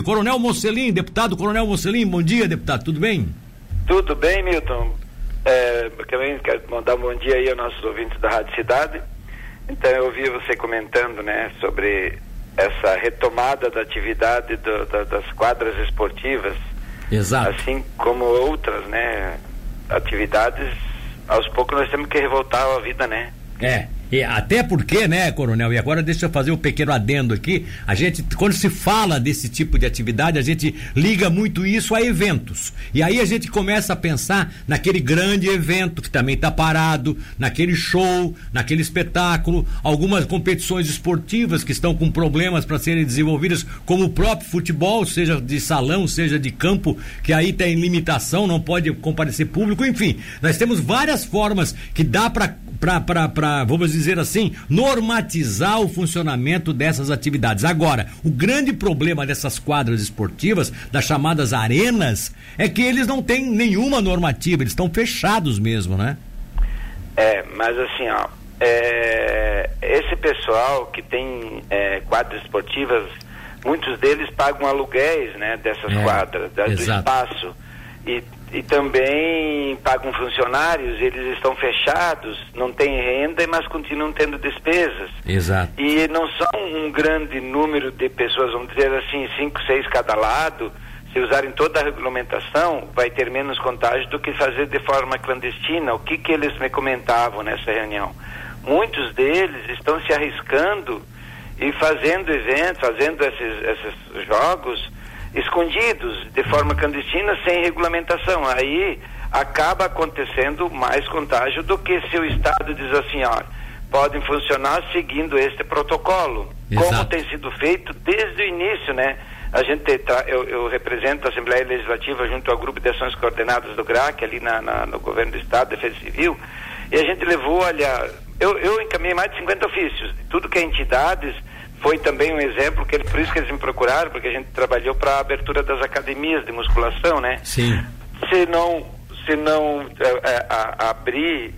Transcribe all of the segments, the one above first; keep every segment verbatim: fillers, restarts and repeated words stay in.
Coronel Mocelin, deputado Coronel Mocelin, bom dia, deputado, tudo bem? Tudo bem, Milton. É, também quero mandar um bom dia aí aos nossos ouvintes da Rádio Cidade. Então eu ouvi você comentando, né, sobre essa retomada da atividade do, da, das quadras esportivas. Exato. Assim como outras, né, atividades, aos poucos nós temos que revoltar a vida, né? É, e até porque, né, Coronel, e agora deixa eu fazer um pequeno adendo aqui, a gente, quando se fala desse tipo de atividade, a gente liga muito isso a eventos, e aí a gente começa a pensar naquele grande evento que também está parado, naquele show, naquele espetáculo, algumas competições esportivas que estão com problemas para serem desenvolvidas, como o próprio futebol, seja de salão, seja de campo, que aí tem limitação, não pode comparecer público, enfim, nós temos várias formas que dá para para, vamos dizer assim, normatizar o funcionamento dessas atividades. Agora, o grande problema dessas quadras esportivas, das chamadas arenas, é que eles não têm nenhuma normativa, eles estão fechados mesmo, né? É, mas assim, ó, é, esse pessoal que tem é, quadras esportivas, muitos deles pagam aluguéis, né, dessas é, quadras, da, do espaço, e E também pagam funcionários, eles estão fechados, não têm renda, mas continuam tendo despesas. Exato. E não são um grande número de pessoas, vamos dizer assim, cinco, seis cada lado. Se usarem toda a regulamentação, vai ter menos contágio do que fazer de forma clandestina. O que que eles me comentavam nessa reunião? Muitos deles estão se arriscando e fazendo eventos, fazendo esses, esses jogos escondidos, de forma clandestina, sem regulamentação. Aí acaba acontecendo mais contágio do que se o Estado diz assim, ó, podem funcionar seguindo este protocolo. Exato. Como tem sido feito desde o início, né? A gente tá, eu, eu represento a Assembleia Legislativa junto ao Grupo de Ações Coordenadas do G R A C, ali na, na, no Governo do Estado, Defesa Civil, e a gente levou, olha, eu, eu encaminhei mais de cinquenta ofícios, tudo que é entidades. Foi também um exemplo, que ele, por isso que eles me procuraram, porque a gente trabalhou para a abertura das academias de musculação, né? Sim. Se não, se não é, a, abrir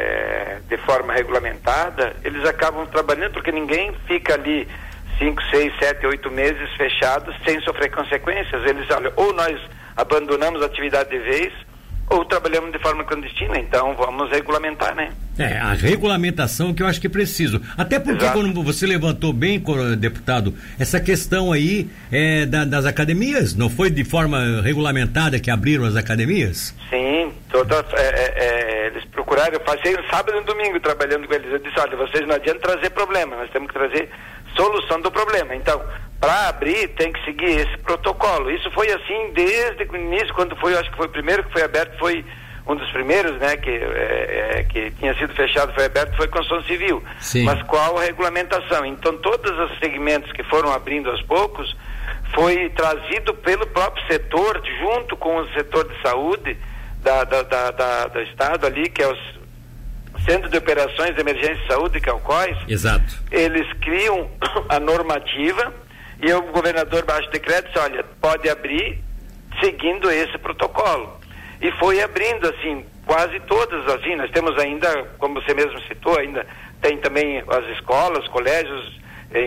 é, de forma regulamentada, eles acabam trabalhando, porque ninguém fica ali cinco, seis, sete, oito meses fechados sem sofrer consequências. Eles, olha, ou nós abandonamos a atividade de vez, ou trabalhamos de forma clandestina, então vamos regulamentar, né? É, a regulamentação que eu acho que é preciso. Até porque, exato, quando você levantou bem, deputado, essa questão aí é, da, das academias, não foi de forma regulamentada que abriram as academias? Sim, toda, é, é, eles procuraram, eu passei um sábado e um domingo trabalhando com eles, eu disse, olha, vocês não adianta trazer problema, nós temos que trazer solução do problema. Então, para abrir, tem que seguir esse protocolo. Isso foi assim desde o início, quando foi, eu acho que foi o primeiro que foi aberto, foi um dos primeiros, né, que, é, é, que tinha sido fechado, foi aberto, foi construção civil. Sim. Mas qual a regulamentação? Então, todos os segmentos que foram abrindo aos poucos, foi trazido pelo próprio setor, junto com o setor de saúde da, da, da, da, do Estado ali, que é o Centro de Operações de Emergência de Saúde, que é o C O I S. Exato. Eles criam a normativa e o governador, baixo decreto, disse, olha, pode abrir seguindo esse protocolo. E foi abrindo, assim, quase todas, assim, nós temos ainda, como você mesmo citou, ainda tem também as escolas, colégios, é,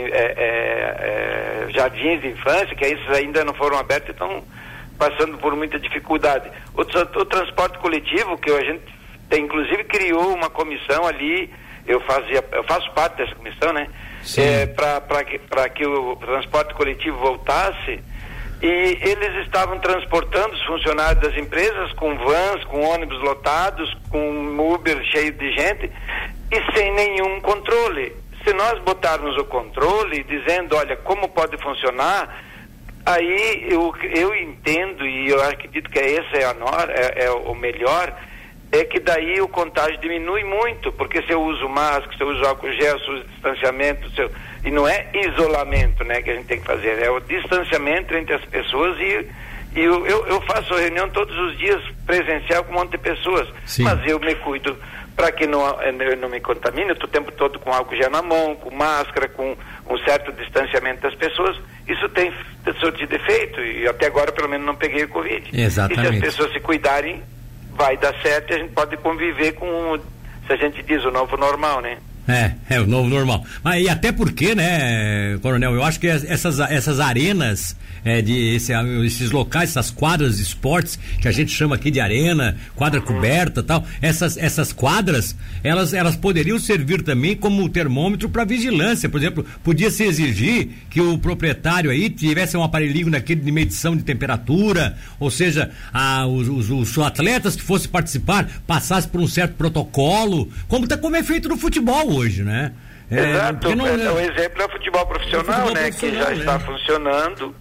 é, é, jardins de infância, que esses ainda não foram abertos e estão passando por muita dificuldade. O, o transporte coletivo, que a gente tem, inclusive criou uma comissão ali, eu, fazia, eu faço parte dessa comissão, né? É, para que, que o transporte coletivo voltasse, e eles estavam transportando os funcionários das empresas com vans, com ônibus lotados, com Uber cheio de gente e sem nenhum controle. Se nós botarmos o controle dizendo, olha, como pode funcionar, aí eu, eu entendo e eu acredito que esse é, a nor, é, é o melhor, é que daí o contágio diminui muito, porque se eu uso máscara, se eu uso álcool gel, se eu uso distanciamento, se eu, e não é isolamento, né, que a gente tem que fazer, é o distanciamento entre as pessoas e, e eu, eu, eu faço reunião todos os dias presencial com um monte de pessoas. Sim. Mas eu me cuido para que não, eu não me contamine, eu estou o tempo todo com álcool gel na mão, com máscara, com um certo distanciamento das pessoas. Isso tem surtido efeito e até agora pelo menos não peguei o Covid. Exatamente. E se as pessoas se cuidarem, vai dar certo e a gente pode conviver com, se a gente diz, o novo normal, né? É, é o novo normal. Mas e até porque, né, Coronel, eu acho que essas, essas arenas, é, de esse, esses locais, essas quadras de esportes, que a gente chama aqui de arena, quadra coberta e tal, essas, essas quadras, elas, elas poderiam servir também como termômetro para vigilância. Por exemplo, podia se exigir que o proprietário aí tivesse um aparelhinho daquele de medição de temperatura, ou seja, a, os, os, os atletas que fossem participar passassem por um certo protocolo, como, tá, como é feito no futebol hoje, né? É, Exato, não, é, o exemplo é o futebol profissional, o futebol né, profissional, que já né? está funcionando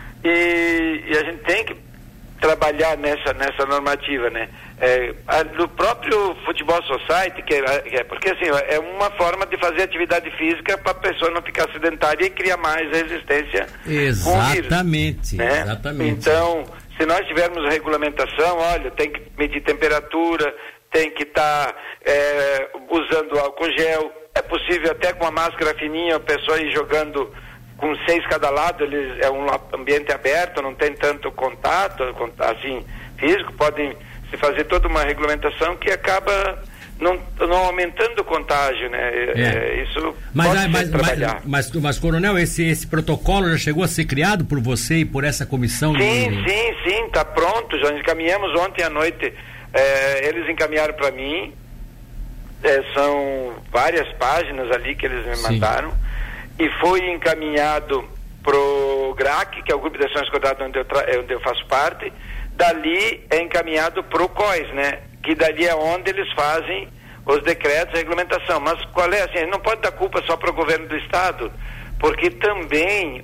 e, e a gente tem que trabalhar nessa, nessa normativa, né? É, a, do próprio futebol society, que é, que é, porque assim, é uma forma de fazer atividade física para a pessoa não ficar sedentária e criar mais resistência com o vírus, exatamente, né? exatamente. Então, se nós tivermos regulamentação, olha, tem que medir temperatura, tem que estar tá, é, usando álcool gel, é possível até com uma máscara fininha a pessoa ir jogando com seis cada lado, eles, é um ambiente aberto, não tem tanto contato, assim, físico, podem se fazer toda uma regulamentação que acaba não, não aumentando o contágio, né? É. É, isso mas, pode mas, mas, trabalhar. Mas, mas, mas, Coronel, esse, esse protocolo já chegou a ser criado por você e por essa comissão? Sim, de... sim, sim, está pronto, já encaminhamos ontem à noite, é, eles encaminharam para mim, é, são várias páginas ali que eles me sim. mandaram, e foi encaminhado pro G R A C, que é o Grupo de Ações Coordenadas onde eu, tra- onde eu faço parte, dali é encaminhado pro C O I S, né? Que dali é onde eles fazem os decretos, a regulamentação. Mas qual é, assim, não pode dar culpa só para o governo do estado, porque também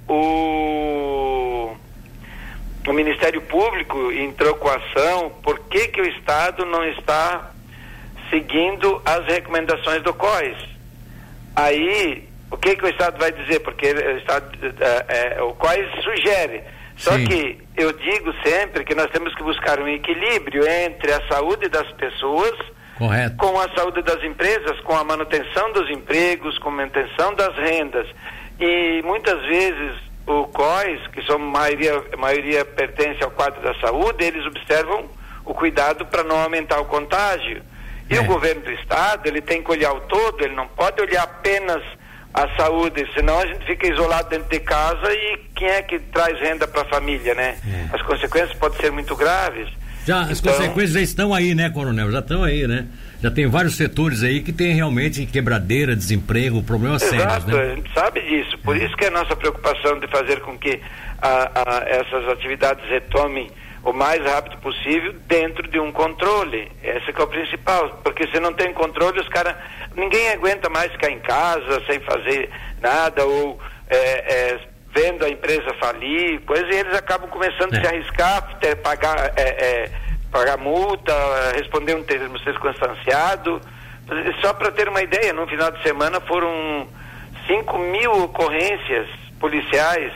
o, o Ministério Público entrou com a ação, por que que o estado não está seguindo as recomendações do C O I S? Aí, o que que o estado vai dizer? Porque o, estado, é, é, o C O I S sugere. Só Sim. que eu digo sempre que nós temos que buscar um equilíbrio entre a saúde das pessoas Correto. com a saúde das empresas, com a manutenção dos empregos, com a manutenção das rendas. E muitas vezes o C O I S, que são maioria, a maioria pertence ao quadro da saúde, eles observam o cuidado para não aumentar o contágio. E é. o governo do estado, ele tem que olhar o todo, ele não pode olhar apenas a saúde, senão a gente fica isolado dentro de casa e quem é que traz renda para a família, né? É. As consequências podem ser muito graves. Já, as então, consequências já estão aí, né, Coronel? Já estão aí, né? Já tem vários setores aí que tem realmente quebradeira, desemprego, problemas exato, sérios, né? A gente sabe disso, por é. isso que é a nossa preocupação de fazer com que a, a, essas atividades retomem o mais rápido possível dentro de um controle. Esse que é o principal, porque se não tem controle, os caras, ninguém aguenta mais ficar em casa sem fazer nada, ou é, é, vendo a empresa falir, coisa, e eles acabam começando é. a se arriscar, ter, pagar, é, é, pagar multa, responder um termo circunstanciado. Só para ter uma ideia, no final de semana foram cinco mil ocorrências policiais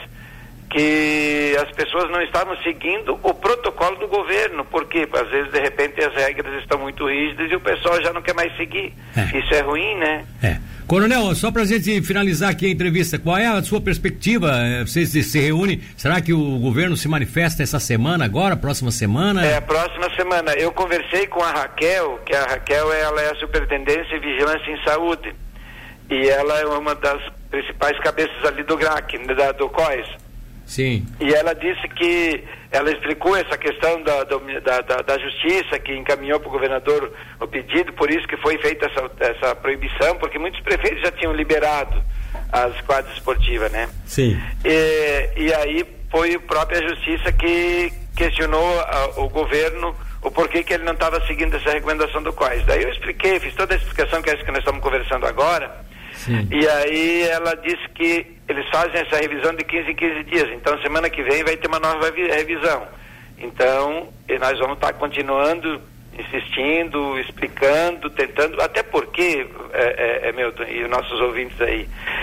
que as pessoas não estavam seguindo o protocolo do governo, porque às vezes de repente as regras estão muito rígidas e o pessoal já não quer mais seguir. É. Isso é ruim, né? É. Coronel, só pra gente finalizar aqui a entrevista, qual é a sua perspectiva? Vocês se reúnem, será que o governo se manifesta essa semana agora, próxima semana? É, a próxima semana. Eu conversei com a Raquel, que a Raquel ela é a Superintendência e Vigilância em Saúde, e ela é uma das principais cabeças ali do G R A C, da, do C O I S. Sim. E ela disse que ela explicou essa questão da, da, da, da justiça, que encaminhou para o governador o pedido, por isso que foi feita essa, essa proibição, porque muitos prefeitos já tinham liberado as quadras esportivas, né? Sim. E, e aí foi a própria justiça que questionou a, o governo o porquê que ele não estava seguindo essa recomendação do C O I S. Daí eu expliquei, fiz toda a explicação que é isso que nós estamos conversando agora. Sim. E aí ela disse que eles fazem essa revisão de quinze em quinze dias, então semana que vem vai ter uma nova revisão. Então nós vamos estar continuando, insistindo, explicando, tentando, até porque é, é, é Milton e os nossos ouvintes aí,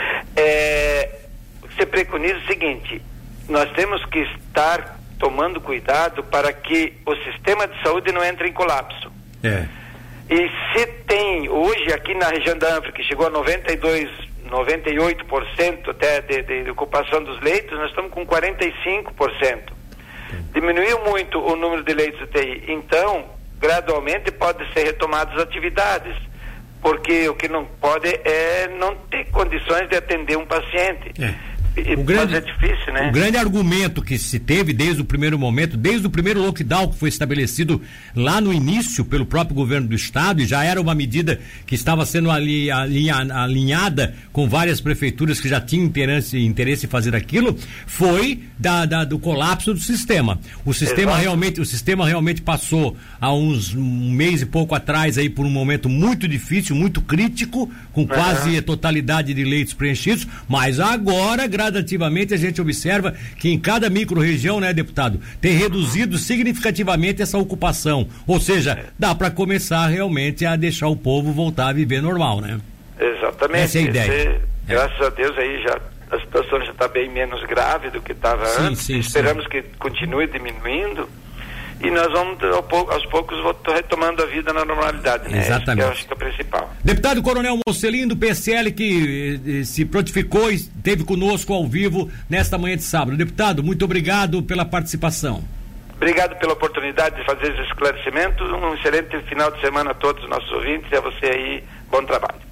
é, você preconiza o seguinte: nós temos que estar tomando cuidado para que o sistema de saúde não entre em colapso. É. E se tem, hoje aqui na região da Anfra, que chegou a noventa e dois, noventa e oito por cento até de, de, de ocupação dos leitos, nós estamos com quarenta e cinco por cento. Diminuiu muito o número de leitos U T I. Então, gradualmente pode ser retomadas as atividades. porque o que não pode é não ter condições de atender um paciente. É. O grande, mas é difícil, né? O grande argumento que se teve desde o primeiro momento, desde o primeiro lockdown que foi estabelecido lá no início pelo próprio governo do estado, e já era uma medida que estava sendo ali, alinha, alinhada com várias prefeituras que já tinham interesse, interesse em fazer aquilo, foi da, da, do colapso do sistema. O sistema realmente, o sistema realmente passou há uns um mês e pouco atrás aí por um momento muito difícil, muito crítico, com uhum. quase a totalidade de leitos preenchidos, mas agora, gradativamente, a gente observa que em cada micro-região, né, deputado, tem reduzido significativamente essa ocupação. Ou seja, dá para começar realmente a deixar o povo voltar a viver normal, né? Exatamente. Essa é a ideia. Esse, graças é. a Deus aí já a situação já está bem menos grave do que estava antes. Sim, Esperamos sim. que continue diminuindo. E nós vamos, aos poucos, retomando a vida na normalidade, né? Exatamente. Eu acho que é o principal. Deputado Coronel Mocelin, do P S L, que eh, se prontificou e esteve conosco ao vivo nesta manhã de sábado. Deputado, muito obrigado pela participação. Obrigado pela oportunidade de fazer esse esclarecimento. Um excelente final de semana a todos os nossos ouvintes e a você aí, bom trabalho.